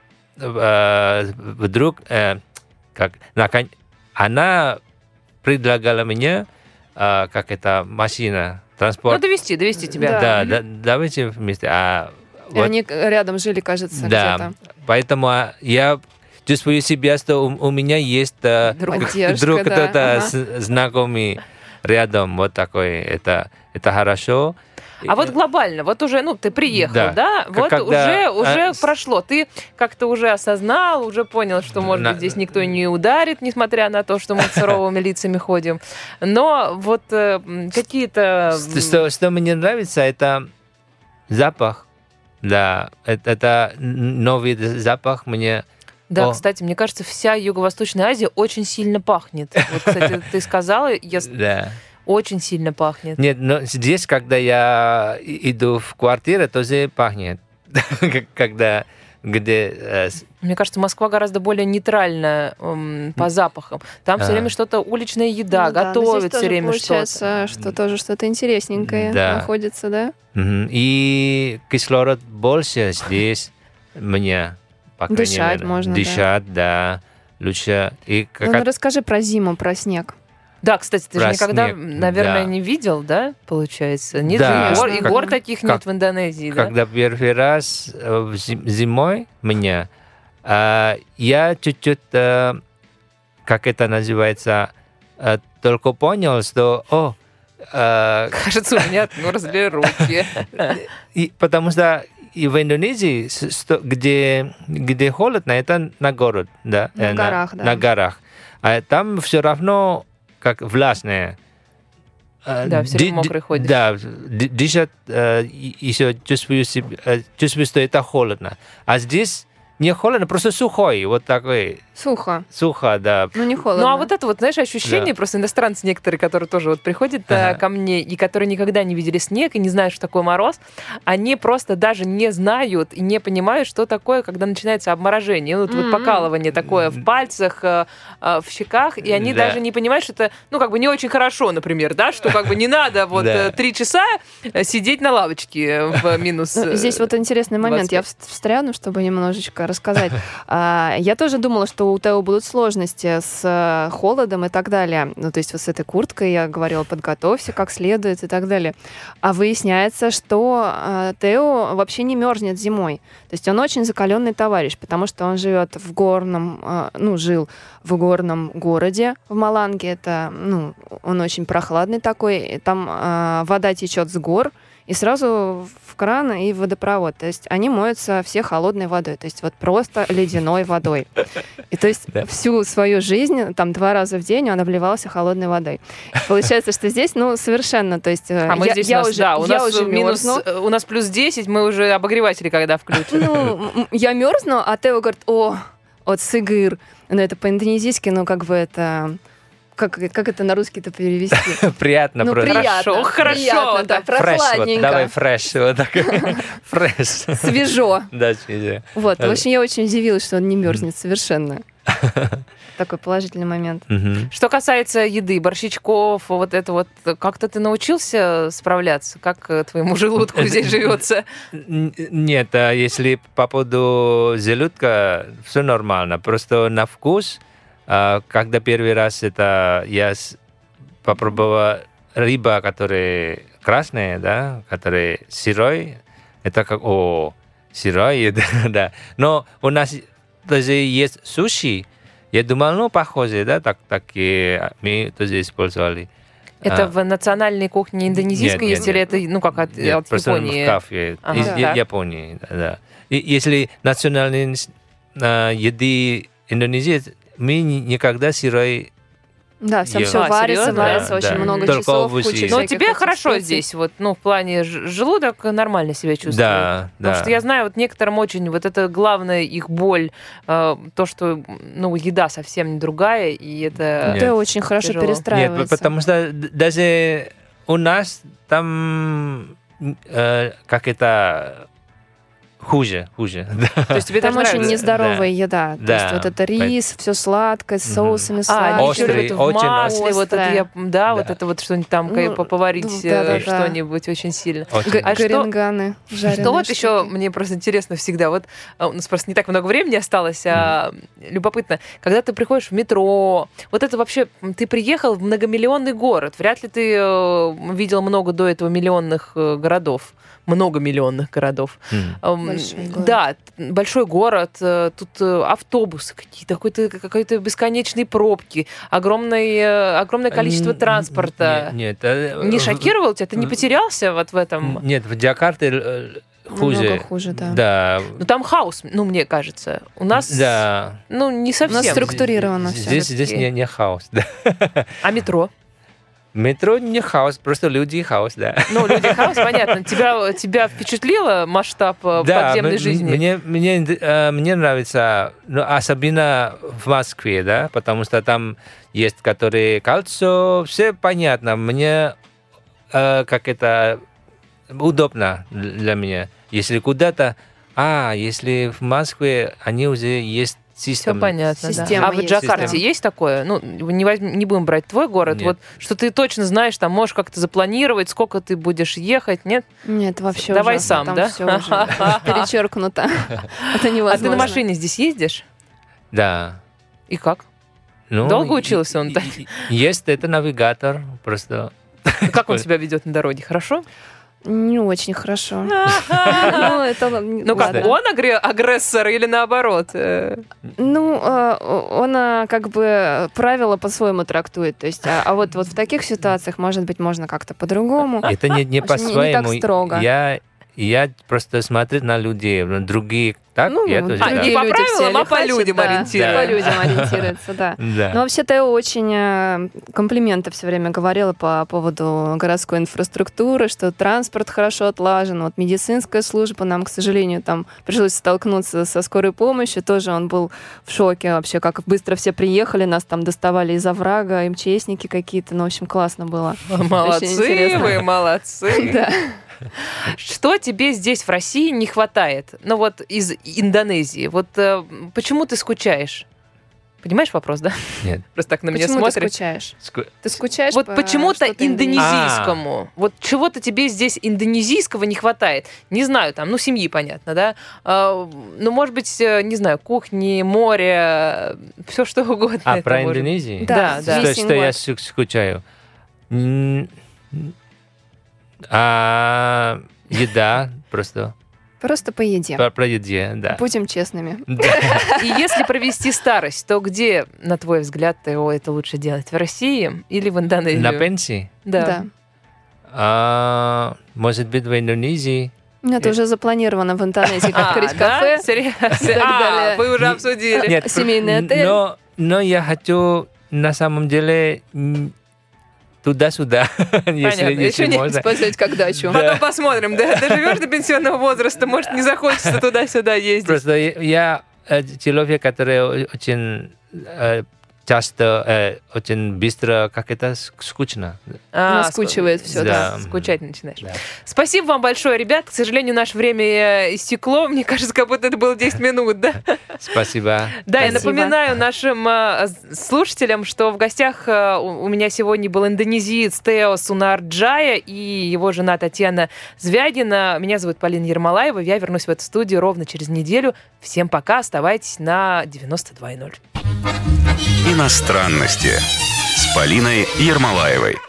э, вдруг, э, как, након- она предлагала мне, э, как это, машина, Ну, транспорт. довести, довести тебя. Да. Да, да, давайте вместе. А, И вот, они рядом жили, кажется, да, где-то. поэтому а, я чувствую себя, что у, у меня есть э, Друг. как- Поддержка, друг да, кто-то ага. с- знакомый рядом, вот такой, это, это хорошо. А вот глобально, вот уже, ну, ты приехал, Да. да? К- Вот когда, уже, уже а, с- прошло. Ты как-то уже осознал, уже понял, что, может На- быть, здесь никто не ударит, несмотря на то, что мы с суровыми лицами ходим. Но вот э, м, какие-то... м, Что, что- что мне нравится, это запах. Да, это, это новый запах мне. Да, О. кстати, мне кажется, вся Юго-Восточная Азия очень сильно пахнет. Вот, кстати, ты сказала, я с- Да. очень сильно пахнет. Нет, но здесь, когда я и- иду в квартиру, тоже пахнет. Когда, где... э, с- Мне кажется, Москва гораздо более нейтральная м, по запахам. Там все А. время что-то уличная еда, Ну да, но готовят здесь все тоже время что-то. получается, что тоже что-то интересненькое Да. находится, да? Мгм. И кислород больше здесь мне, по крайней Дышать мере. можно, да. Дышать, да. Лучше. И Ну, как... ну, расскажи про зиму, про снег. Да, кстати, ты же Про никогда, снег, наверное, да. не видел, да, получается? Нет Да, же и гор, и как- гор таких как- нет в Индонезии, да? Когда первый раз э, в зим- зимой меня, э, я чуть-чуть, э, как это называется, э, только понял, что, о, э, Кажется, у меня отмерзли руки. и, потому что и в Индонезии, с- сто- где, где холодно, это на город, да, На э, горах, да. на горах. А там все равно как влажное. Э, Да, всё ди- равно мокрый ди- ходишь. Да, ди- дышат, э, и- еще чувствую, себя, э, чувствую, что это холодно. А здесь не холодно, просто сухой, вот такой, Сухо. сухо, да. Ну, не холодно. Ну, а вот это вот, знаешь, ощущение, Да. просто иностранцы некоторые, которые тоже вот приходят э, Ага. ко мне, и которые никогда не видели снег, и не знают, что такое мороз, они просто даже не знают и не понимают, что такое, когда начинается обморожение. Вот, вот М-м. покалывание такое в пальцах, э, э, в щеках, и они Да. даже не понимают, что это, ну, как бы не очень хорошо, например, да, что как бы не надо вот Да. э, три часа э, сидеть на лавочке в минус. Ну, здесь э, вот интересный момент. Я двадцать вст- встряну, чтобы немножечко рассказать. А, Я тоже думала, что у Тео будут сложности с э, холодом и так далее. Ну, то есть вот с этой курткой я говорила, подготовься как следует и так далее. А выясняется, что э, Тео вообще не мерзнет зимой. То есть он очень закаленный товарищ, потому что он живет в горном, э, ну, жил в горном городе в Маланге. Это, ну, он очень прохладный такой. И там э, вода течет с гор, и сразу в кран и в водопровод. То есть они моются все холодной водой, то есть вот просто ледяной водой. И то есть Да. всю свою жизнь, там два раза в день он обливался холодной водой. Получается, что здесь, ну, совершенно, то есть А мы я, здесь я у нас, уже, да, у я нас уже минус, мерзну. э, у нас плюс десять, мы уже обогреватели когда включим. Ну, м, я мерзну, а Тео говорит, о, вот сыгыр. Ну, это по-индонезийски, ну, как бы это... Как, как это на русский-то перевести? Приятно Ну, просто. приятно. Хорошо, хорошо, приятно, да, так. Фреш, вот, прохладненько, давай фреш, вот так. Фреш. свежо. Да, чизи. Вот, в Э. общем, я очень удивилась, что он не мерзнет совершенно. Такой положительный момент. Мгм. Что касается еды, борщичков, вот это вот, как-то ты научился справляться? Как э, твоему желудку здесь живется? Н- Нет, а если по поводу желудка, все нормально. Просто на вкус, а, когда первый раз это я с- попробовал рыба, которая красная, да, которая сырой, это как, о, сырой, да, да. Но у нас даже есть суши. Я думал, ну, похоже, да, так, так и мы тоже использовали. Это А, в национальной кухне индонезийской Нет, есть, нет, или нет. это, ну, как от, Нет, от просто Японии? в кафе Ага. из Так. Я- Японии, да, да. И если национальные а, еды Индонезии, мы ни- никогда сырой. Да, все, Я- все А, варится, серьезно? варится Да, очень да. много Только часов, овощи. куча Но Но всяких тебе этих хорошо специй. здесь, вот, ну, в плане ж- желудок нормально себя чувствует. Да, Потому да. что я знаю, вот некоторым очень, вот это главная их боль, э, то, что, ну, еда совсем не другая, и это... Нет. Это очень хорошо Тяжело. перестраивается. Нет, потому что д- даже у нас там э, как это хуже, хуже. Да. То есть тебе Там даже очень нравится? нездоровая еда. То Да. есть вот это рис, все сладкое, с соусами А, сладкими. они Острый, любят в очень масле, вот это я, да, Да. вот это вот что-нибудь там Ну, по- поварить, ну, да, э, да, да. что-нибудь очень сильно. Очень. Г- А что- Горенганы жареные. Что вот еще штуки. мне просто интересно всегда, вот а, у нас просто не так много времени осталось, а любопытно, когда ты приходишь в метро, вот это вообще, м, ты приехал в многомиллионный город, вряд ли ты э, видел много до этого миллионных э, городов, многомиллионных городов. М. Эм, Большой город. Да, т- большой город, э, тут э, автобусы какие-то, какое-то, какое-то бесконечные пробки, огромное, э, огромное количество Н- транспорта. Нет, нет, э, Не в- шокировал тебя? Ты не в- потерялся вот в этом? Нет, в Джакарте э, хуже. Намного хуже, да. Да. Ну там хаос, ну мне кажется. У нас, Да. ну не У нас совсем. струк- структурировано всё. Здесь, здесь не, не хаос. Да. А метро? Метро не хаос, просто люди хаос, да. Ну, люди хаос, понятно. Тебя, тебя впечатлило масштаб э, Да, подземной м- жизни? Мне, мне, э, мне нравится, ну, особенно в Москве, да, потому что там есть, которые кольцо, все понятно. Мне э, как это удобно для меня. Если куда-то, а, если в Москве, они уже есть Все система. понятно, да. Система А в есть, Джакарте система. есть такое? Ну, не, возьм- не будем брать твой город. Нет. Вот что ты точно знаешь, там можешь как-то запланировать, сколько ты будешь ехать, нет? Нет, вообще Давай ужасно. сам, Там да? всё уже перечеркнуто. Это А невозможно. ты на машине здесь ездишь? Да. И как? Ну, Долго и- учился он и- так? и- Есть это навигатор, просто. Как он себя ведет на дороге? Хорошо? Не очень хорошо. Ну, это Ну как, ладно. он агре- агрессор или наоборот? Э, Ну, э, он э, как бы правила по-своему трактует. То есть, а, а вот, вот в таких ситуациях, может быть, можно как-то по-другому. Это не, не Очень не- не так по-своему. строго. Я, я просто смотрю на людей, на других. Так, Ну, я тоже А, так. не по люди правилам, все а по лихачат, людям да, ориентируются. По людям ориентируются, да. Да. Но вообще-то я очень э, комплименты все время говорила по поводу городской инфраструктуры, что транспорт хорошо отлажен. Вот медицинская служба, нам, к сожалению, там пришлось столкнуться со скорой помощью. Тоже он был в шоке вообще, как быстро все приехали, нас там доставали из оврага, МЧСники какие-то. Ну, в общем, классно было. Очень Молодцы интересно. вы, молодцы. Да. Что тебе здесь в России не хватает? Ну вот из Индонезии. Вот э, почему ты скучаешь? Понимаешь вопрос, да? Нет. Просто так на меня Почему ты смотришь. скучаешь? Ску- Ты скучаешь Вот по почему-то что-то индонезийскому. Вот чего-то тебе здесь индонезийского не хватает. Не знаю, там, ну, семьи, понятно, да? А, ну, может быть, э, не знаю, кухни, море, все что угодно. А это про может быть. Индонезию? Да, да. Что, Missing что я word. ску- скучаю? М, А, еда просто. Просто по еде. Про, про еде, да. Будем честными. Да. И если провести старость, то где, на твой взгляд, его это лучше делать? В России или в Индонезии? На пенсии? Да. Да. А, может быть, в Индонезии? У меня Нет. тоже запланировано в Индонезии А, открыть да? кафе. Серьезно? так А, далее. вы уже Не- обсудили. Нет, Семейный н- отель. Но, но я хочу на самом деле м, туда-сюда, если, Понятно, если еще не можно. Использовать как дачу. Потом посмотрим, да, доживешь до пенсионного возраста, может, не захочется туда-сюда ездить. Просто я я, э, человек, который о- очень э, часто, э, очень быстро, как это, скучно. А, Наскучивает ск- всё, да. Скучать начинаешь. Да. Спасибо вам большое, ребят. К сожалению, наше время э, истекло. Мне кажется, как будто это было десять минут, да? Спасибо. Да, я Спасибо. напоминаю нашим э, слушателям, что в гостях э, у у меня сегодня был индонезиец Тео Сунарджая и его жена Татьяна Звягина. Меня зовут Полина Ермолаева. Я вернусь в эту студию ровно через неделю. Всем пока. Оставайтесь на девяносто два и ноль. Иностранности с Полиной Ермолаевой.